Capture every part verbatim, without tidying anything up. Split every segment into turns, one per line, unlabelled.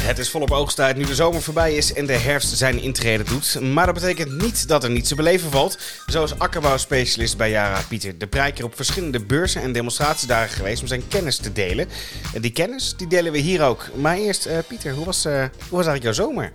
Het is volop oogsttijd nu de zomer voorbij is en de herfst zijn intrede doet. Maar dat betekent niet dat er niets te beleven valt. Zo is akkerbouwspecialist bij Yara Pieter de Prijker op verschillende beurzen en demonstratiedagen geweest om zijn kennis te delen. En die kennis die delen we hier ook. Maar eerst, uh, Pieter, hoe was, uh, hoe was eigenlijk jouw zomer?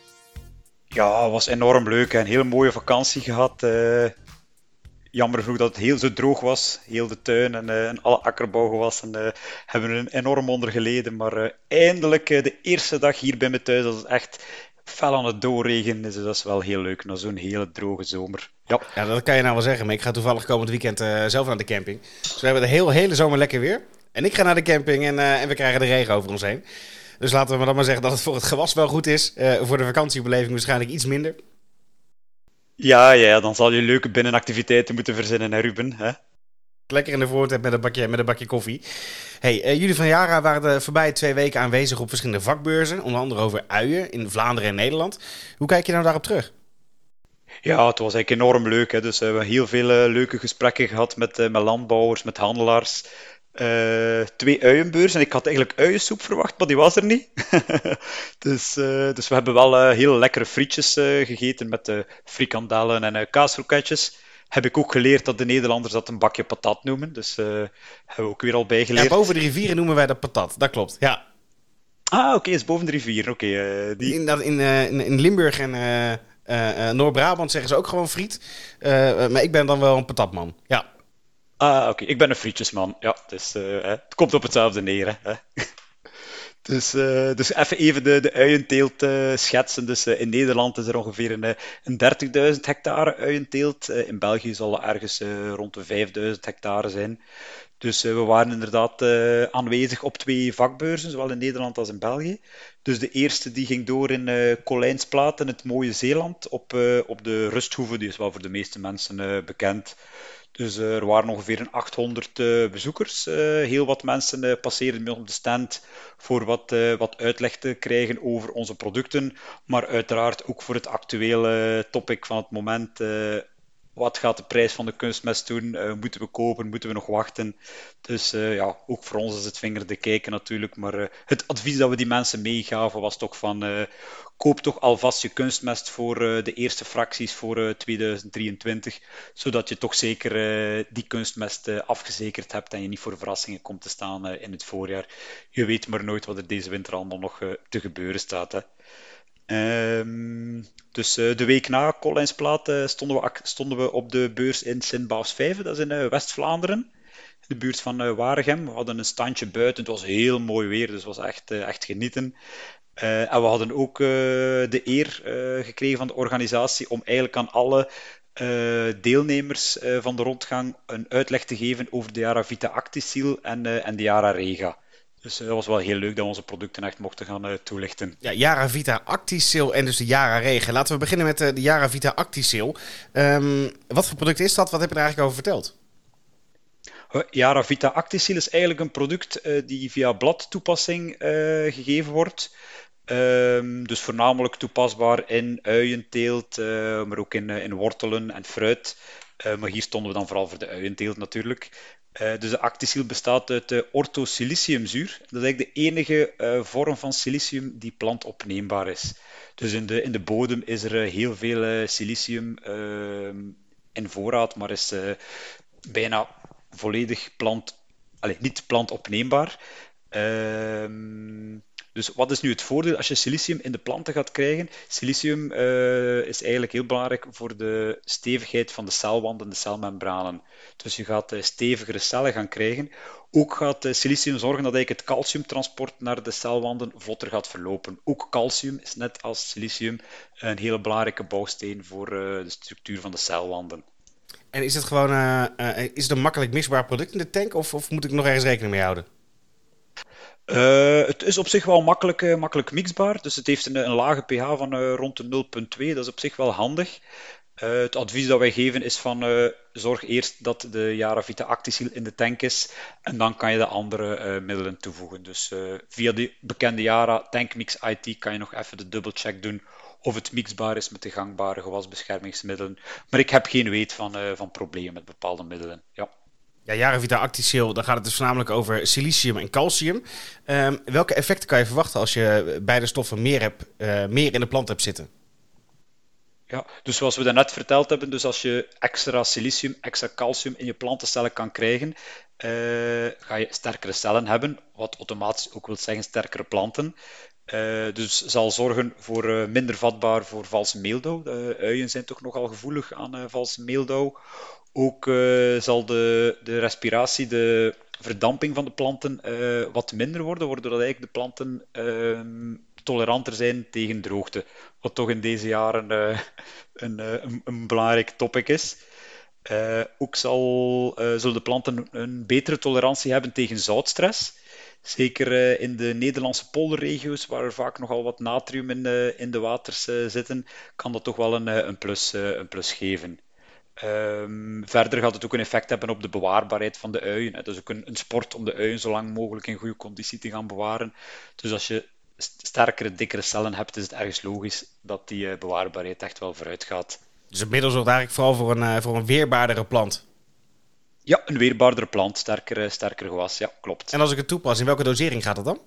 Ja, het was enorm leuk. Een hele mooie vakantie gehad. Uh, jammer genoeg dat het heel zo droog was. Heel de tuin en, uh, en alle akkerbouw gewassen. Uh, hebben er een enorm onder geleden. Maar uh, eindelijk uh, de eerste dag hier bij me thuis. Dat is echt fel aan het doorregenen. Dus dat is wel heel leuk na zo'n hele droge zomer. Ja.
Ja, dat kan je nou wel zeggen. Maar ik ga toevallig komend weekend uh, zelf naar de camping. Dus we hebben de hele, hele zomer lekker weer. En ik ga naar de camping en, uh, en we krijgen de regen over ons heen. Dus laten we dan maar zeggen dat het voor het gewas wel goed is. Uh, voor de vakantiebeleving waarschijnlijk iets minder.
Ja, ja, dan zal je leuke binnenactiviteiten moeten verzinnen, hè Ruben? Hè?
Lekker in de voortijd met een bakje, met een bakje koffie. Hey, uh, jullie van Yara waren de voorbije twee weken aanwezig op verschillende vakbeurzen. Onder andere over uien in Vlaanderen en Nederland. Hoe kijk je nou daarop terug?
Ja, het was eigenlijk enorm leuk. Hè? Dus uh, we hebben heel veel uh, leuke gesprekken gehad met, uh, met landbouwers, met handelaars. Uh, twee uienbeurzen. Ik had eigenlijk uiensoep verwacht, maar die was er niet. dus, uh, dus we hebben wel uh, heel lekkere frietjes uh, gegeten met uh, frikandellen en uh, kaaskroketjes. Heb ik ook geleerd dat de Nederlanders dat een bakje patat noemen. Dus uh, hebben we ook weer al bijgeleerd.
Ja, boven de rivieren noemen wij dat patat. Dat klopt, ja.
Ah, oké, okay, is boven de rivier. Oké. Okay, uh, die...
in, in, uh, in, in Limburg en uh, uh, uh, Noord-Brabant zeggen ze ook gewoon friet. Uh, uh, maar ik ben dan wel een patatman, ja.
Ah, oké. Okay. Ik ben een frietjesman. Ja, dus, uh, hè. Het komt op hetzelfde neer. Hè. dus, uh, dus even, even de, de uienteelt uh, schetsen. Dus uh, in Nederland is er ongeveer een, een dertigduizend hectare uienteelt. Uh, in België zal het ergens uh, rond de vijfduizend hectare zijn. Dus uh, we waren inderdaad uh, aanwezig op twee vakbeurzen, zowel in Nederland als in België. Dus de eerste die ging door in uh, Colijnsplaat in het mooie Zeeland, op, uh, op de Rusthoeve. Die is wel voor de meeste mensen uh, bekend. Dus uh, er waren ongeveer een achthonderd uh, bezoekers. Uh, heel wat mensen uh, passeerden bij ons op de stand voor wat, uh, wat uitleg te krijgen over onze producten. Maar uiteraard ook voor het actuele topic van het moment. Uh, wat gaat de prijs van de kunstmest doen? Uh, moeten we kopen? Moeten we nog wachten? Dus uh, ja, ook voor ons is het vinger te kijken natuurlijk. Maar uh, het advies dat we die mensen meegaven was toch van... Uh, koop toch alvast je kunstmest voor uh, de eerste fracties voor uh, tweeduizend drieëntwintig, zodat je toch zeker uh, die kunstmest uh, afgezekerd hebt en je niet voor verrassingen komt te staan uh, in het voorjaar. Je weet maar nooit wat er deze winter allemaal nog uh, te gebeuren staat. Hè. Um, dus uh, de week na Colijnsplaat uh, stonden, we, stonden we op de beurs in Sint-Baafsvijve, dat is in uh, West-Vlaanderen. De buurt van uh, Waregem. We hadden een standje buiten. Het was heel mooi weer, dus het was echt, uh, echt genieten. Uh, en we hadden ook uh, de eer uh, gekregen van de organisatie om eigenlijk aan alle uh, deelnemers uh, van de rondgang een uitleg te geven over de Yara Vita Actisil en, uh, en de Yara Rega. Dus uh, dat was wel heel leuk dat we onze producten echt mochten gaan uh, toelichten.
Ja, Yara Vita Actisil en dus de Yara Rega. Laten we beginnen met uh, de Yara Vita Actisil. Um, wat voor product is dat? Wat heb je er eigenlijk over verteld?
Yara Vita Actisil is eigenlijk een product uh, die via bladtoepassing uh, gegeven wordt. Um, dus voornamelijk toepasbaar in uienteelt, uh, maar ook in, uh, in wortelen en fruit. Uh, maar hier stonden we dan vooral voor de uienteelt natuurlijk. Uh, dus de Actisil bestaat uit uh, orthosiliciumzuur. Dat is eigenlijk de enige uh, vorm van silicium die plantopneembaar is. Dus in de, in de bodem is er uh, heel veel uh, silicium uh, in voorraad, maar is uh, bijna volledig plant, allez, niet plantopneembaar. Um, Dus wat is nu het voordeel als je silicium in de planten gaat krijgen? Silicium uh, is eigenlijk heel belangrijk voor de stevigheid van de celwanden, de celmembranen. Dus je gaat uh, stevigere cellen gaan krijgen. Ook gaat uh, silicium zorgen dat eigenlijk het calciumtransport naar de celwanden vlotter gaat verlopen. Ook calcium is net als silicium een hele belangrijke bouwsteen voor uh, de structuur van de celwanden.
En is het gewoon uh, uh, is het een makkelijk misbaar product in de tank of, of moet ik nog ergens rekening mee houden?
Uh, het is op zich wel makkelijk, uh, makkelijk mixbaar. Dus het heeft een, een lage pH van uh, rond de nul komma twee. Dat is op zich wel handig. Uh, het advies dat wij geven is van uh, zorg eerst dat de Yara Vita Actisil in de tank is. En dan kan je de andere uh, middelen toevoegen. Dus uh, via de bekende Yara Tankmix I T kan je nog even de dubbelcheck doen of het mixbaar is met de gangbare gewasbeschermingsmiddelen. Maar ik heb geen weet van, uh, van problemen met bepaalde middelen. Ja.
Ja, Yaravita Acticel, dan gaat het dus voornamelijk over silicium en calcium. Um, welke effecten kan je verwachten als je beide stoffen meer, hebt, uh, meer in de plant hebt zitten?
Ja, dus zoals we daarnet verteld hebben, dus als je extra silicium, extra calcium in je plantencellen kan krijgen, uh, ga je sterkere cellen hebben, wat automatisch ook wil zeggen sterkere planten. Uh, dus zal zorgen voor uh, minder vatbaar voor valse meeldauw. De uien zijn toch nogal gevoelig aan uh, valse meeldauw. Ook uh, zal de, de respiratie, de verdamping van de planten uh, wat minder worden, waardoor dat eigenlijk de planten uh, toleranter zijn tegen droogte. Wat toch in deze jaren uh, een, uh, een, een belangrijk topic is. Uh, ook zal, uh, zullen de planten een betere tolerantie hebben tegen zoutstress. Zeker uh, in de Nederlandse polderregio's, waar er vaak nogal wat natrium in, uh, in de waters uh, zitten, kan dat toch wel een, uh, een, plus, uh, een plus geven. Um, verder gaat het ook een effect hebben op de bewaarbaarheid van de uien. Het is ook een, een sport om de uien zo lang mogelijk in goede conditie te gaan bewaren. Dus als je sterkere, dikkere cellen hebt, is het ergens logisch dat die uh, bewaarbaarheid echt wel vooruit gaat.
Dus het middel zorgt eigenlijk vooral voor een, uh, voor een weerbaardere plant?
Ja, een weerbaardere plant, sterker, sterker gewas, ja, klopt.
En als ik het toepas, in welke dosering gaat dat dan?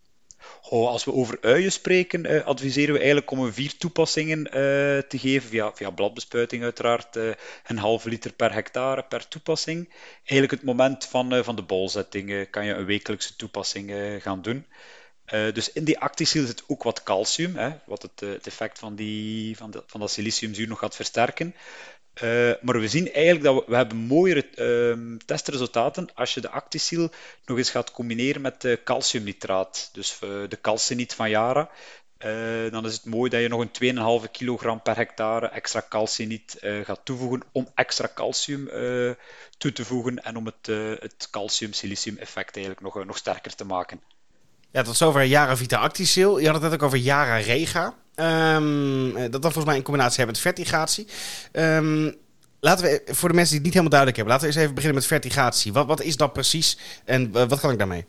Oh, als we over uien spreken, eh, adviseren we eigenlijk om een vier toepassingen eh, te geven, via, via bladbespuiting uiteraard, eh, een halve liter per hectare per toepassing. Eigenlijk het moment van, uh, van de bolzetting uh, kan je een wekelijkse toepassing uh, gaan doen. Uh, dus in die Acticel zit ook wat calcium, hè, wat het, uh, het effect van, die, van, de, van dat siliciumzuur nog gaat versterken. Uh, maar we zien eigenlijk dat we, we hebben mooiere uh, testresultaten als je de Acticel nog eens gaat combineren met uh, calciumnitraat. Dus uh, de calciniet van Yara. Uh, dan is het mooi dat je nog een twee komma vijf kilogram per hectare extra calciniet uh, gaat toevoegen om extra calcium uh, toe te voegen en om het, uh, het calcium-silicium effect eigenlijk nog, uh, nog sterker te maken.
Ja, tot zover Yaravita Acticel. Je had het net ook over Yara Rega. Um, dat dan volgens mij in combinatie hebben met vertigatie. Um, laten we, voor de mensen die het niet helemaal duidelijk hebben, laten we eens even beginnen met vertigatie. Wat, wat is dat precies en uh, wat kan ik daarmee?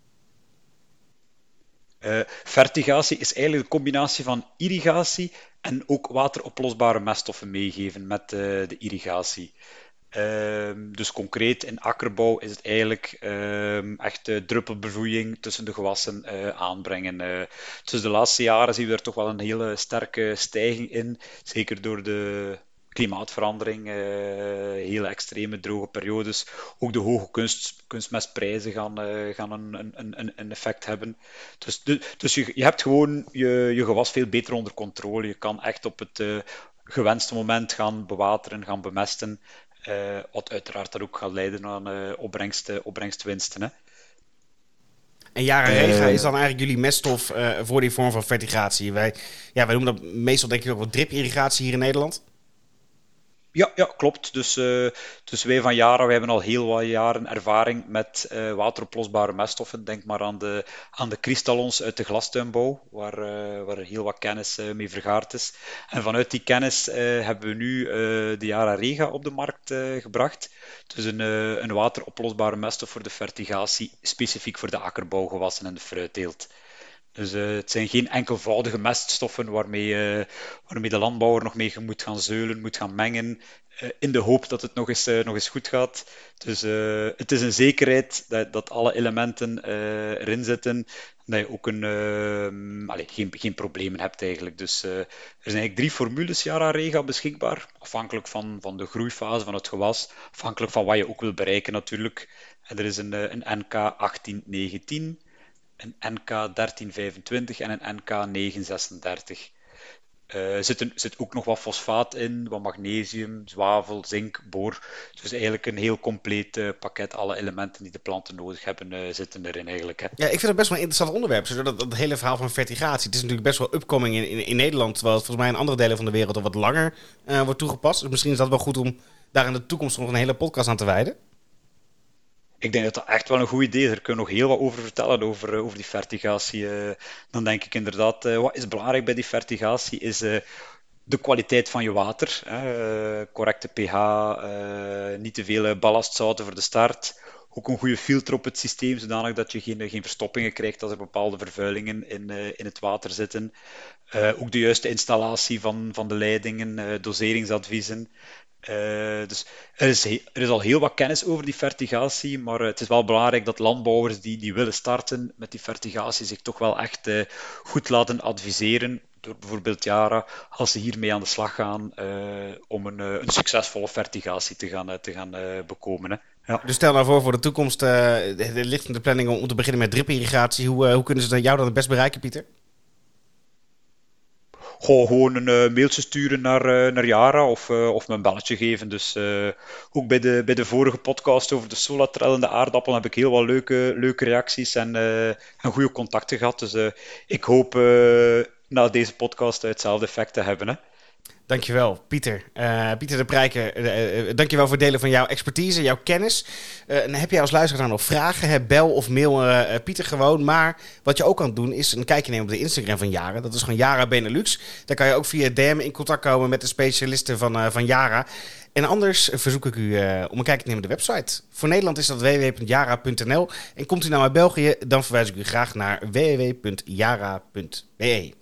Uh, vertigatie is eigenlijk een combinatie van irrigatie en ook wateroplosbare meststoffen meegeven met uh, de irrigatie. Uh, dus concreet in akkerbouw is het eigenlijk uh, echt uh, druppelbevoeding tussen de gewassen uh, aanbrengen. Uh, dus de laatste jaren zien we er toch wel een hele sterke stijging in, zeker door de klimaatverandering, uh, hele extreme droge periodes. Ook de hoge kunst, kunstmestprijzen gaan, uh, gaan een, een, een, een effect hebben. Dus, de, dus je, je hebt gewoon je, je gewas veel beter onder controle. Je kan echt op het uh, gewenste moment gaan bewateren, gaan bemesten. Uh, wat uiteraard dan ook gaat leiden aan uh, opbrengst, opbrengstwinsten. Hè.
En Yara Rega uh, is dan eigenlijk jullie meststof uh, voor die vorm van vertigatie. Wij, ja, wij noemen dat meestal denk ik ook wel drip-irrigatie hier in Nederland.
Ja, ja, klopt. Dus, uh, dus wij van Yara, wij hebben al heel wat jaren ervaring met uh, wateroplosbare meststoffen. Denk maar aan de, aan de kristallons uit de glastuinbouw, waar, uh, waar heel wat kennis uh, mee vergaard is. En vanuit die kennis uh, hebben we nu uh, de Yara Rega op de markt uh, gebracht. Dus een, uh, een wateroplosbare meststof voor de vertigatie, specifiek voor de akkerbouwgewassen en de fruitteelt. Dus uh, het zijn geen enkelvoudige meststoffen waarmee, uh, waarmee de landbouwer nog mee moet gaan zeulen, moet gaan mengen, uh, in de hoop dat het nog eens, uh, nog eens goed gaat. Dus uh, het is een zekerheid dat, dat alle elementen uh, erin zitten, dat je ook een, uh, allez, geen, geen problemen hebt eigenlijk. Dus uh, er zijn eigenlijk drie formules Yara Rega beschikbaar, afhankelijk van, van de groeifase van het gewas, afhankelijk van wat je ook wil bereiken natuurlijk. En er is een, een N K achttien negentien, een N K dertien vijfentwintig en een N K negen zesendertig. Er uh, zit, zit ook nog wat fosfaat in, wat magnesium, zwavel, zink, boor. Dus eigenlijk een heel compleet uh, pakket. Alle elementen die de planten nodig hebben, uh, zitten erin eigenlijk. Hè.
Ja, ik vind het best wel een interessant onderwerp. Zo, dat, dat hele verhaal van vertigatie. Het is natuurlijk best wel upcoming in, in, in Nederland, terwijl het volgens mij in andere delen van de wereld al wat langer uh, wordt toegepast. Dus misschien is dat wel goed om daar in de toekomst nog een hele podcast aan te wijden.
Ik denk dat dat echt wel een goed idee is. Daar kunnen we nog heel wat over vertellen, over, over die vertigatie. Uh, dan denk ik inderdaad, uh, wat is belangrijk bij die vertigatie, is uh, de kwaliteit van je water. Hè? Uh, correcte pH, uh, niet te veel ballastzouten voor de start. Ook een goede filter op het systeem, zodanig dat je geen, geen verstoppingen krijgt als er bepaalde vervuilingen in, uh, in het water zitten. Uh, ook de juiste installatie van, van de leidingen, uh, doseringsadviezen. Uh, dus er is, he- er is al heel wat kennis over die fertigatie, maar uh, het is wel belangrijk dat landbouwers die, die willen starten met die fertigatie zich toch wel echt uh, goed laten adviseren door bijvoorbeeld Yara, als ze hiermee aan de slag gaan, uh, om een, uh, een succesvolle fertigatie te gaan, uh, te gaan uh, bekomen. Hè. Ja.
Dus stel nou voor voor de toekomst, uh, er ligt in de planning om te beginnen met drip-irrigatie. Hoe, uh, hoe kunnen ze jou dan het best bereiken, Pieter?
Goh, gewoon een uh, mailtje sturen naar, uh, naar Yara of, uh, of me een belletje geven. Dus uh, ook bij de, bij de vorige podcast over de Solatrel en de aardappel heb ik heel wat leuke, leuke reacties en, uh, en goede contacten gehad. Dus uh, ik hoop uh, na deze podcast hetzelfde effect te hebben. Hè.
Dankjewel, Pieter. Uh, Pieter de Prijker, uh, uh, dankjewel voor het delen van jouw expertise, jouw kennis. Uh, en heb jij als luisteraar nog vragen? Hè? Bel of mail uh, Pieter gewoon. Maar wat je ook kan doen is een kijkje nemen op de Instagram van Yara. Dat is gewoon Yara Benelux. Daar kan je ook via D M in contact komen met de specialisten van, uh, van Yara. En anders verzoek ik u uh, om een kijkje te nemen op de website. Voor Nederland is dat w w w punt yara punt n l. En komt u nou uit België, dan verwijs ik u graag naar w w w punt yara punt b e.